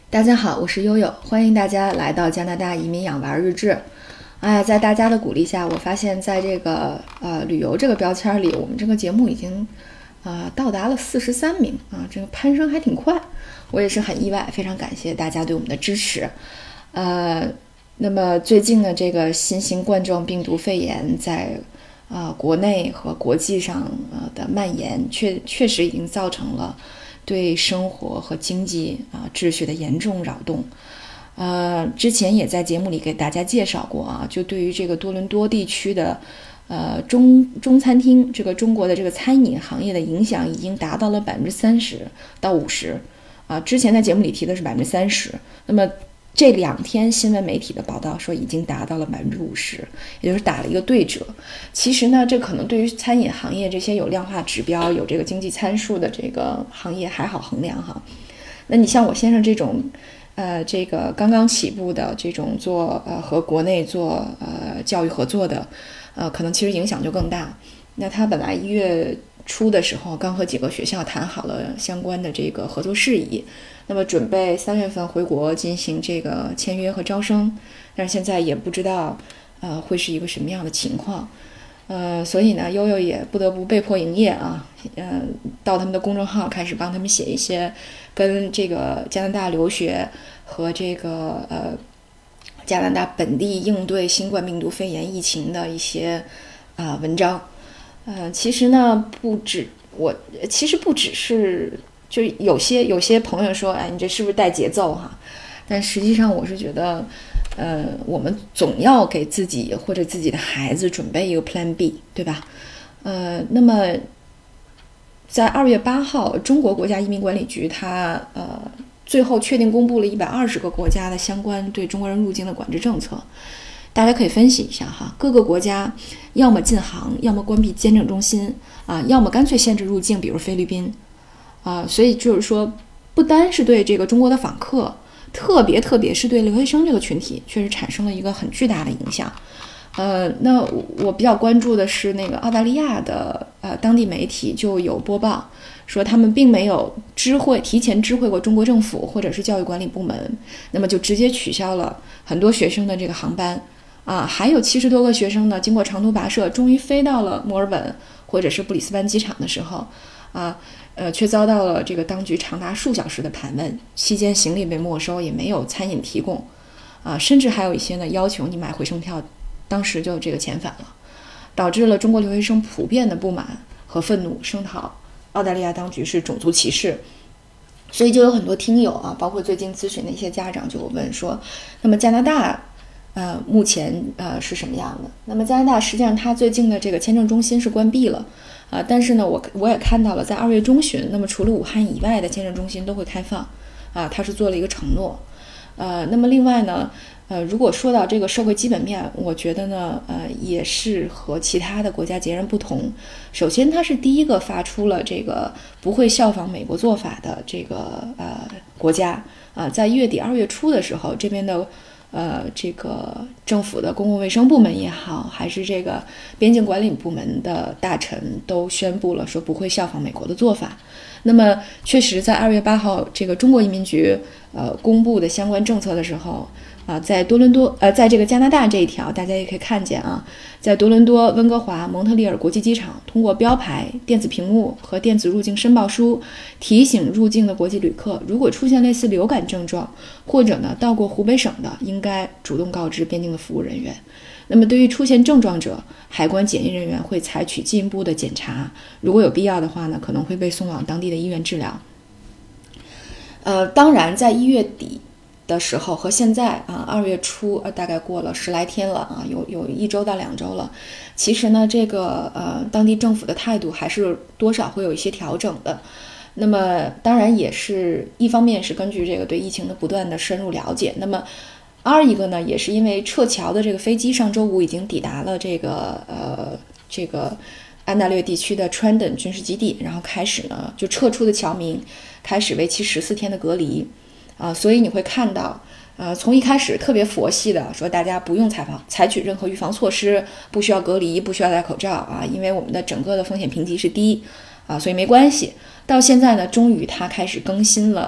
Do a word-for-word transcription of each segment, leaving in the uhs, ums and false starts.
大家好，我是悠悠，欢迎大家来到加拿大移民养娃日志。哎呀，在大家的鼓励下，我发现在这个呃旅游这个标签里，我们这个节目已经呃到达了四十三名啊，这个攀升还挺快，我也是很意外，非常感谢大家对我们的支持。呃，那么最近呢，这个新型冠状病毒肺炎在呃国内和国际上呃的蔓延，确确实已经造成了对生活和经济啊、呃、秩序的严重扰动。呃，之前也在节目里给大家介绍过啊，就对于这个多伦多地区的呃中中餐厅，这个中国的这个餐饮行业的影响已经达到了百分之三十到五十啊。之前在节目里提的是百分之三十，那么这两天新闻媒体的报道说已经达到了百分之五十，也就是打了一个对折。其实呢，这可能对于餐饮行业这些有量化指标、有这个经济参数的这个行业还好衡量哈。那你像我先生这种，呃，这个刚刚起步的这种做呃和国内做呃教育合作的，呃，可能其实影响就更大。那他本来一月初的时候刚和几个学校谈好了相关的这个合作事宜，那么准备三月份回国进行这个签约和招生，但是现在也不知道呃会是一个什么样的情况。呃，所以呢，悠悠也不得不被迫营业啊，呃，到他们的公众号开始帮他们写一些跟这个加拿大留学和这个呃加拿大本地应对新冠病毒肺炎疫情的一些啊、呃、文章。呃，其实呢，不止我，其实不只是，就有些有些朋友说，哎，你这是不是带节奏哈？但实际上，我是觉得。呃，我们总要给自己或者自己的孩子准备一个 Plan B， 对吧？呃，那么在二月八号，中国国家移民管理局它呃最后确定公布了一百二十个国家的相关对中国人入境的管制政策，大家可以分析一下哈。各个国家要么禁航，要么关闭签证中心啊，要么干脆限制入境，比如菲律宾啊。所以就是说，不单是对这个中国的访客。特别特别是对留学生这个群体确实产生了一个很巨大的影响。呃，那我比较关注的是那个澳大利亚的呃当地媒体就有播报说，他们并没有知会提前知会过中国政府或者是教育管理部门，那么就直接取消了很多学生的这个航班啊，还有七十多个学生呢，经过长途跋涉，终于飞到了墨尔本或者是布里斯班机场的时候啊。呃，却遭到了这个当局长达数小时的盘问，期间行李被没收，也没有餐饮提供，啊，甚至还有一些呢要求你买回程票，当时就这个遣返了，导致了中国留学生普遍的不满和愤怒，声讨澳大利亚当局是种族歧视。所以就有很多听友啊，包括最近咨询的一些家长就问说，那么加拿大呃目前呃是什么样的？那么加拿大实际上它最近的这个签证中心是关闭了。啊，但是呢，我我也看到了，在二月中旬，那么除了武汉以外的签证中心都会开放，啊，他是做了一个承诺，呃，那么另外呢，呃，如果说到这个社会基本面，我觉得呢，呃，也是和其他的国家截然不同。首先，它是第一个发出了这个不会效仿美国做法的这个呃国家啊，在一月底二月初的时候，这边的。呃，这个政府的公共卫生部门也好，还是这个边境管理部门的大臣都宣布了说不会效仿美国的做法。那么，确实在二月八号这个中国移民局呃公布的相关政策的时候啊、呃，在多伦多呃，在这个加拿大这一条，大家也可以看见啊，在多伦多、温哥华、蒙特利尔国际机场，通过标牌、电子屏幕和电子入境申报书提醒入境的国际旅客，如果出现类似流感症状，或者呢到过湖北省的，应该主动告知边境的服务人员。那么对于出现症状者，海关检疫人员会采取进一步的检查，如果有必要的话呢，可能会被送往当地的医院治疗。呃，当然在一月底的时候和现在啊，二月初呃大概过了十来天了啊，有有一周到两周了。其实呢，这个呃当地政府的态度还是多少会有一些调整的。那么当然也是一方面是根据这个对疫情的不断的深入了解，那么二一个呢，也是因为撤侨的这个飞机上周五已经抵达了这个呃这个安大略地区的 Trandon 军事基地，然后开始呢就撤出的侨民开始为期十四天的隔离啊，所以你会看到呃从一开始特别佛系的说大家不用采访采取任何预防措施，不需要隔离，不需要戴口罩啊，因为我们的整个的风险评级是低啊，所以没关系。到现在呢，终于他开始更新了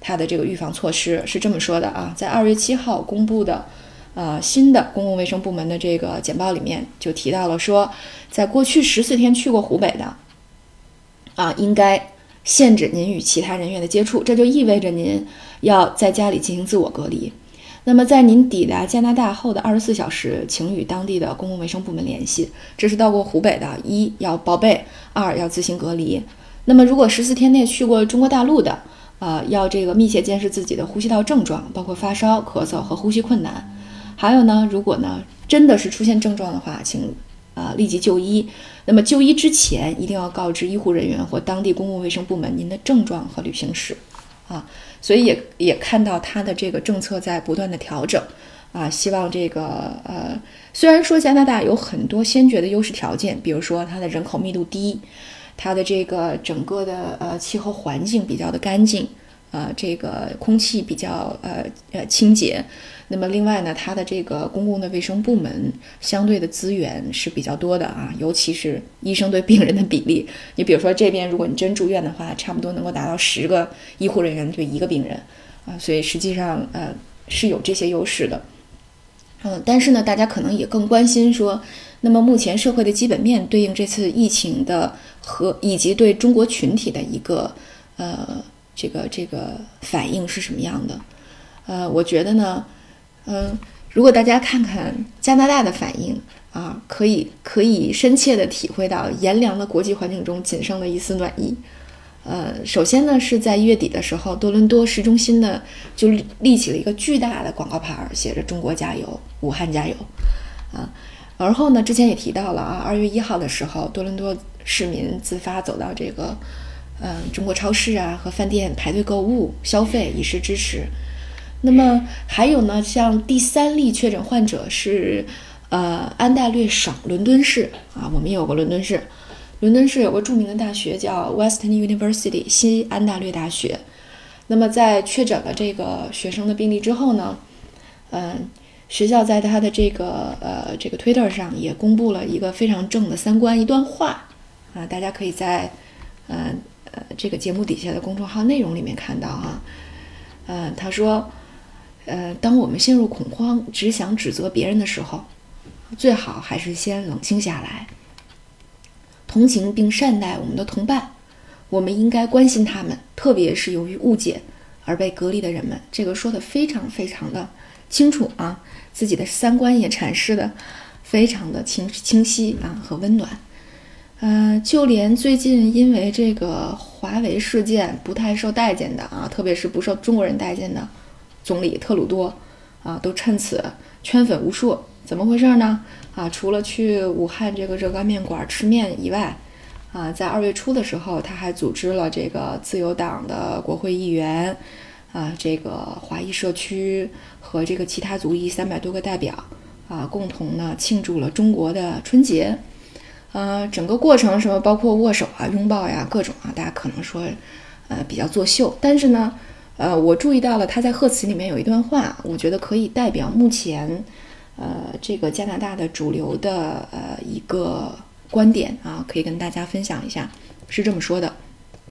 它的这个预防措施，是这么说的啊，在二月七号公布的呃新的公共卫生部门的这个简报里面就提到了说，在过去十四天去过湖北的啊，应该限制您与其他人员的接触，这就意味着您要在家里进行自我隔离。那么在您抵达加拿大后的二十四小时，请与当地的公共卫生部门联系。这是到过湖北的，一要报备，二要自行隔离。那么如果十四天内去过中国大陆的，呃，要这个密切监视自己的呼吸道症状，包括发烧、咳嗽和呼吸困难。还有呢，如果呢真的是出现症状的话，请呃立即就医。那么就医之前，一定要告知医护人员或当地公共卫生部门您的症状和旅行史啊。所以也也看到它的这个政策在不断的调整啊，希望这个呃，虽然说加拿大有很多先决的优势条件，比如说它的人口密度低，它的这个整个的呃气候环境比较的干净，呃，这个空气比较呃呃清洁。那么另外呢，它的这个公共的卫生部门相对的资源是比较多的啊，尤其是医生对病人的比例。你比如说这边如果你真住院的话，差不多能够达到十个医护人员对一个病人啊，所以实际上呃是有这些优势的。嗯，但是呢，大家可能也更关心说，那么目前社会的基本面对应这次疫情的和以及对中国群体的一个呃这个这个反应是什么样的？呃，我觉得呢。嗯，如果大家看看加拿大的反应啊，可以可以深切地体会到炎凉的国际环境中仅剩的一丝暖意。呃，首先呢，是在一月底的时候，多伦多市中心呢就立起了一个巨大的广告牌，写着"中国加油，武汉加油"啊。而后呢，之前也提到了啊，二月一号的时候，多伦多市民自发走到这个嗯、呃、中国超市啊和饭店排队购物消费，以示支持。那么还有呢，像第三例确诊患者是呃安大略省伦敦市啊，我们也有个伦敦市，伦敦市有个著名的大学叫 Western University 西安大略大学。那么在确诊了这个学生的病例之后呢，嗯、呃，学校在他的这个呃这个 Twitter 上也公布了一个非常正的三观一段话啊，大家可以在呃呃这个节目底下的公众号内容里面看到哈，呃他说。呃，当我们陷入恐慌，只想指责别人的时候，最好还是先冷静下来，同情并善待我们的同伴。我们应该关心他们，特别是由于误解而被隔离的人们。这个说的非常非常的清楚啊，自己的三观也阐释的非常的清清晰啊和温暖。呃，就连最近因为这个华为事件不太受待见的啊，特别是不受中国人待见的。总理特鲁多啊，都趁此圈粉无数。怎么回事呢？啊，除了去武汉这个热干面馆吃面以外，啊，在二月初的时候，他还组织了这个自由党的国会议员，啊，这个华裔社区和这个其他族裔三百多个代表，啊，共同呢庆祝了中国的春节。呃，整个过程什么包括握手啊、拥抱呀，各种啊，大家可能说，呃，比较作秀，但是呢。呃，我注意到了他在贺词里面有一段话，我觉得可以代表目前，呃，这个加拿大的主流的呃一个观点啊，可以跟大家分享一下，是这么说的。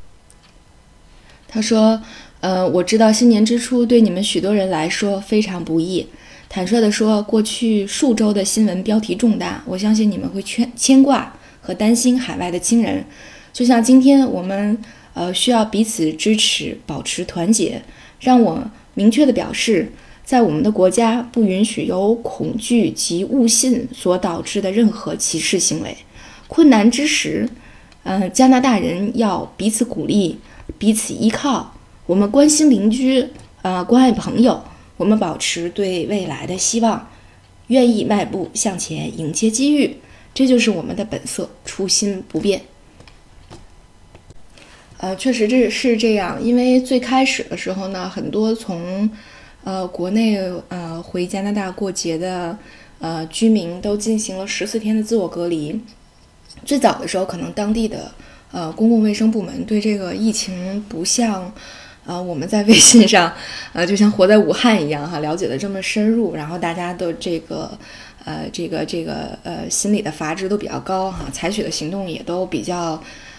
他说，呃，我知道新年之初对你们许多人来说非常不易。坦率地说，过去数周的新闻标题重大，我相信你们会牵牵挂和担心海外的亲人，就像今天我们。呃，需要彼此支持，保持团结。让我明确地表示，在我们的国家不允许由恐惧及误信所导致的任何歧视行为。困难之时，呃，加拿大人要彼此鼓励，彼此依靠。我们关心邻居，呃，关爱朋友。我们保持对未来的希望，愿意迈步向前，迎接机遇。这就是我们的本色，初心不变。呃，确实这是这样，因为最开始的时候呢，很多从呃国内呃回加拿大过节的呃居民都进行了十四天的自我隔离。最早的时候，可能当地的呃公共卫生部门对这个疫情不像呃我们在微信上呃就像活在武汉一样哈，了解的这么深入，然后大家的这个呃这个这个呃心理的阀值都比较高哈，采取的行动也都比较。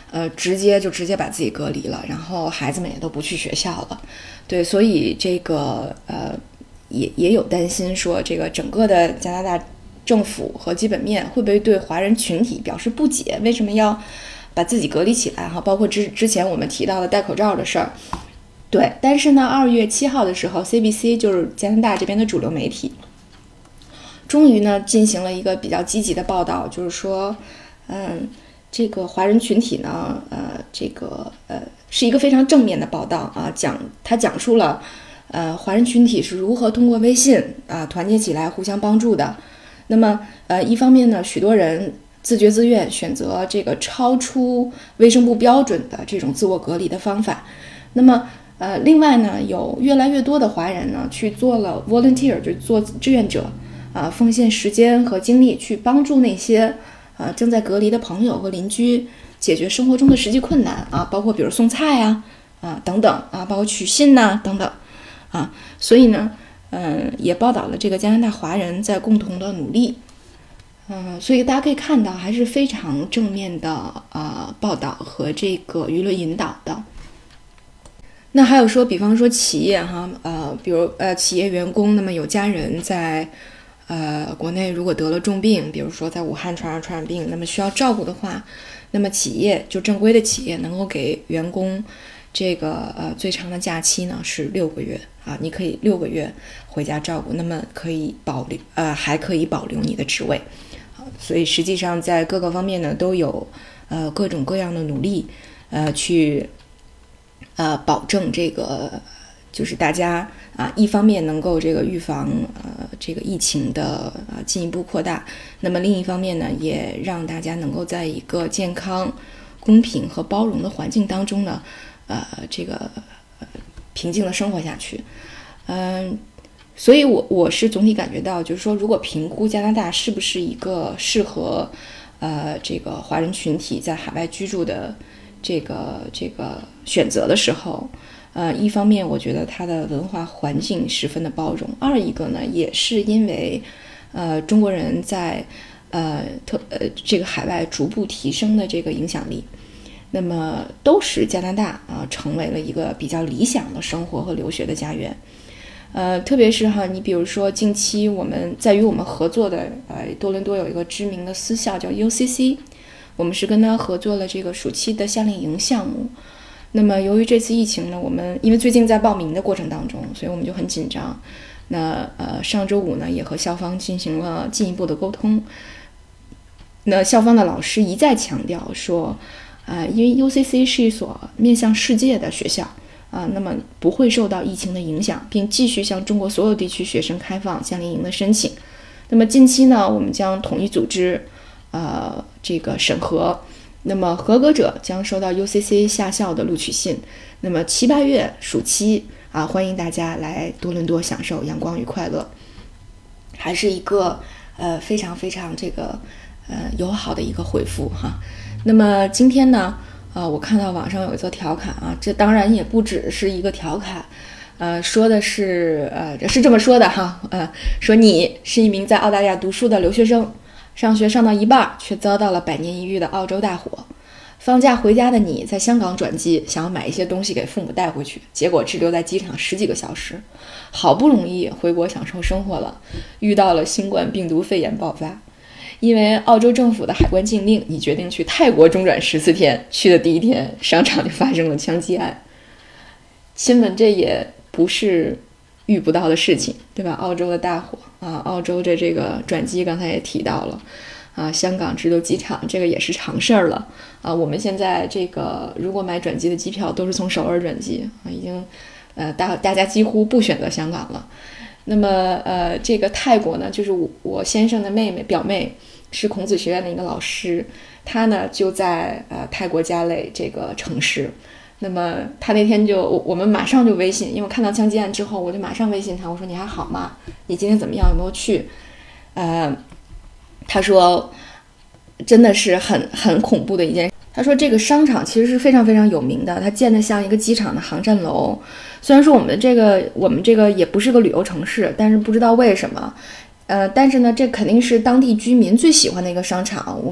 呃，直接就直接把自己隔离了，然后孩子们也都不去学校了。对，所以这个呃，也也有担心说，这个整个的加拿大政府和基本面会不会对华人群体表示不解？为什么要把自己隔离起来？哈，包括之之前我们提到的戴口罩的事儿。对，但是呢，二月七号的时候 ，C B C 就是加拿大这边的主流媒体，终于呢进行了一个比较积极的报道，就是说，嗯，这个华人群体呢，呃，这个呃是一个非常正面的报道啊，讲他讲述了，呃，华人群体是如何通过微信啊团结起来，互相帮助的。那么，呃，一方面呢，许多人自觉自愿选择这个超出卫生部标准的这种自我隔离的方法。那么，呃，另外呢，有越来越多的华人呢去做了 volunteer， 就做志愿者。啊，奉献时间和精力去帮助那些呃正在隔离的朋友和邻居解决生活中的实际困难啊，包括比如送菜呀 啊, 啊等等啊，包括取信呐、啊、等等啊，所以呢，嗯，也报道了这个加拿大华人在共同的努力，嗯，所以大家可以看到还是非常正面的啊报道和这个舆论引导的。那还有说，比方说企业哈，呃，比如呃企业员工，那么有家人在。呃，国内如果得了重病，比如说在武汉传染传染病，那么需要照顾的话，那么企业就正规的企业能够给员工这个呃最长的假期呢是六个月啊，你可以六个月回家照顾，那么可以保留呃还可以保留你的职位啊，所以实际上在各个方面呢都有呃各种各样的努力呃去呃保证这个。就是大家啊，一方面能够这个预防呃这个疫情的呃进一步扩大，那么另一方面呢，也让大家能够在一个健康、公平和包容的环境当中呢，呃这个呃平静的生活下去。嗯、呃，所以我我是总体感觉到，就是说，如果评估加拿大是不是一个适合呃这个华人群体在海外居住的这个这个选择的时候。呃，一方面我觉得它的文化环境十分的包容，二一个呢，也是因为，呃，中国人在呃特呃这个海外逐步提升的这个影响力，那么都使加拿大啊、呃、成为了一个比较理想的生活和留学的家园。呃，特别是哈，你比如说近期我们在与我们合作的呃多伦多有一个知名的私校叫 U C C， 我们是跟他合作了这个暑期的夏令营项目。那么由于这次疫情呢，我们因为最近在报名的过程当中，所以我们就很紧张。那呃上周五呢，也和校方进行了进一步的沟通。那校方的老师一再强调说，啊、呃，因为 U C C 是一所面向世界的学校啊、呃，那么不会受到疫情的影响，并继续向中国所有地区学生开放夏令营的申请。那么近期呢，我们将统一组织呃这个审核。那么合格者将收到 U C C 下校的录取信。那么七八月暑期啊，欢迎大家来多伦多享受阳光与快乐，还是一个呃非常非常这个呃友好的一个回复哈。那么今天呢，呃，我看到网上有一则调侃啊，这当然也不只是一个调侃，呃，说的是呃是这么说的哈，呃，说你是一名在澳大利亚读书的留学生。上学上到一半，却遭到了百年一遇的澳洲大火。放假回家的你，在香港转机，想要买一些东西给父母带回去，结果滞留在机场十几个小时。好不容易回国享受生活了，遇到了新冠病毒肺炎爆发。因为澳洲政府的海关禁令，你决定去泰国中转十四天。去的第一天，商场就发生了枪击案。新闻这也不是遇不到的事情，对吧？澳洲的大火啊，澳洲的这个转机刚才也提到了啊，香港滞留机场这个也是常事儿了啊。我们现在这个如果买转机的机票都是从首尔转机啊，已经呃大大家几乎不选择香港了。那么呃这个泰国呢，就是我我先生的妹妹表妹是孔子学院的一个老师，她呢就在呃泰国加累这个城市。那么他那天就我们马上就微信，因为我看到枪击案之后，我就马上微信他，我说你还好吗？你今天怎么样？有没有去？呃，他说真的是很很恐怖的一件。他说这个商场其实是非常非常有名的，它建得像一个机场的航站楼。虽然说我们这个我们这个也不是个旅游城市，但是不知道为什么，呃，但是呢，这肯定是当地居民最喜欢的一个商场。我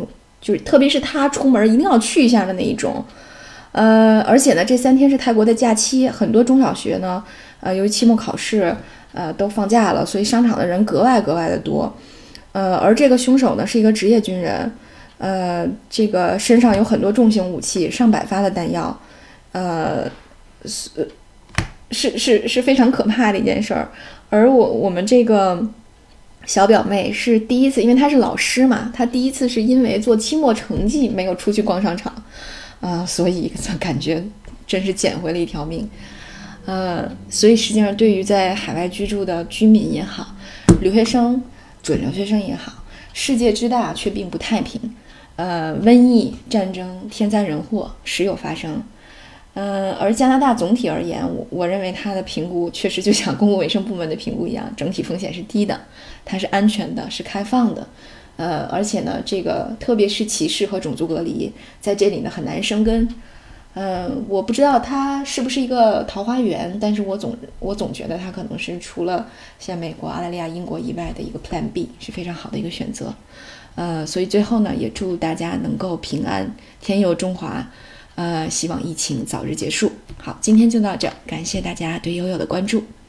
就是特别是他出门一定要去一下的那一种。呃，而且呢，这三天是泰国的假期，很多中小学呢，呃，由于期末考试，呃，都放假了，所以商场的人格外格外的多。呃，而这个凶手呢是一个职业军人，呃，这个身上有很多重型武器，上百发的弹药，呃，是是是是非常可怕的一件事儿。而我我们这个小表妹是第一次，因为她是老师嘛，她第一次是因为做期末成绩没有出去逛商场。啊、呃，所以感觉真是捡回了一条命，呃，所以实际上对于在海外居住的居民也好，留学生、准留学生也好，世界之大却并不太平，呃，瘟疫、战争、天灾人祸时有发生，呃，而加拿大总体而言，我我认为它的评估确实就像公共卫生部门的评估一样，整体风险是低的，它是安全的，是开放的。呃，而且呢，这个特别是歧视和种族隔离，在这里呢很难生根。呃，我不知道它是不是一个桃花源，但是我总我总觉得它可能是除了像美国、澳大利亚、英国以外的一个 Plan B， 是非常好的一个选择。呃，所以最后呢，也祝大家能够平安，天佑中华。呃，希望疫情早日结束。好，今天就到这，感谢大家对悠悠的关注。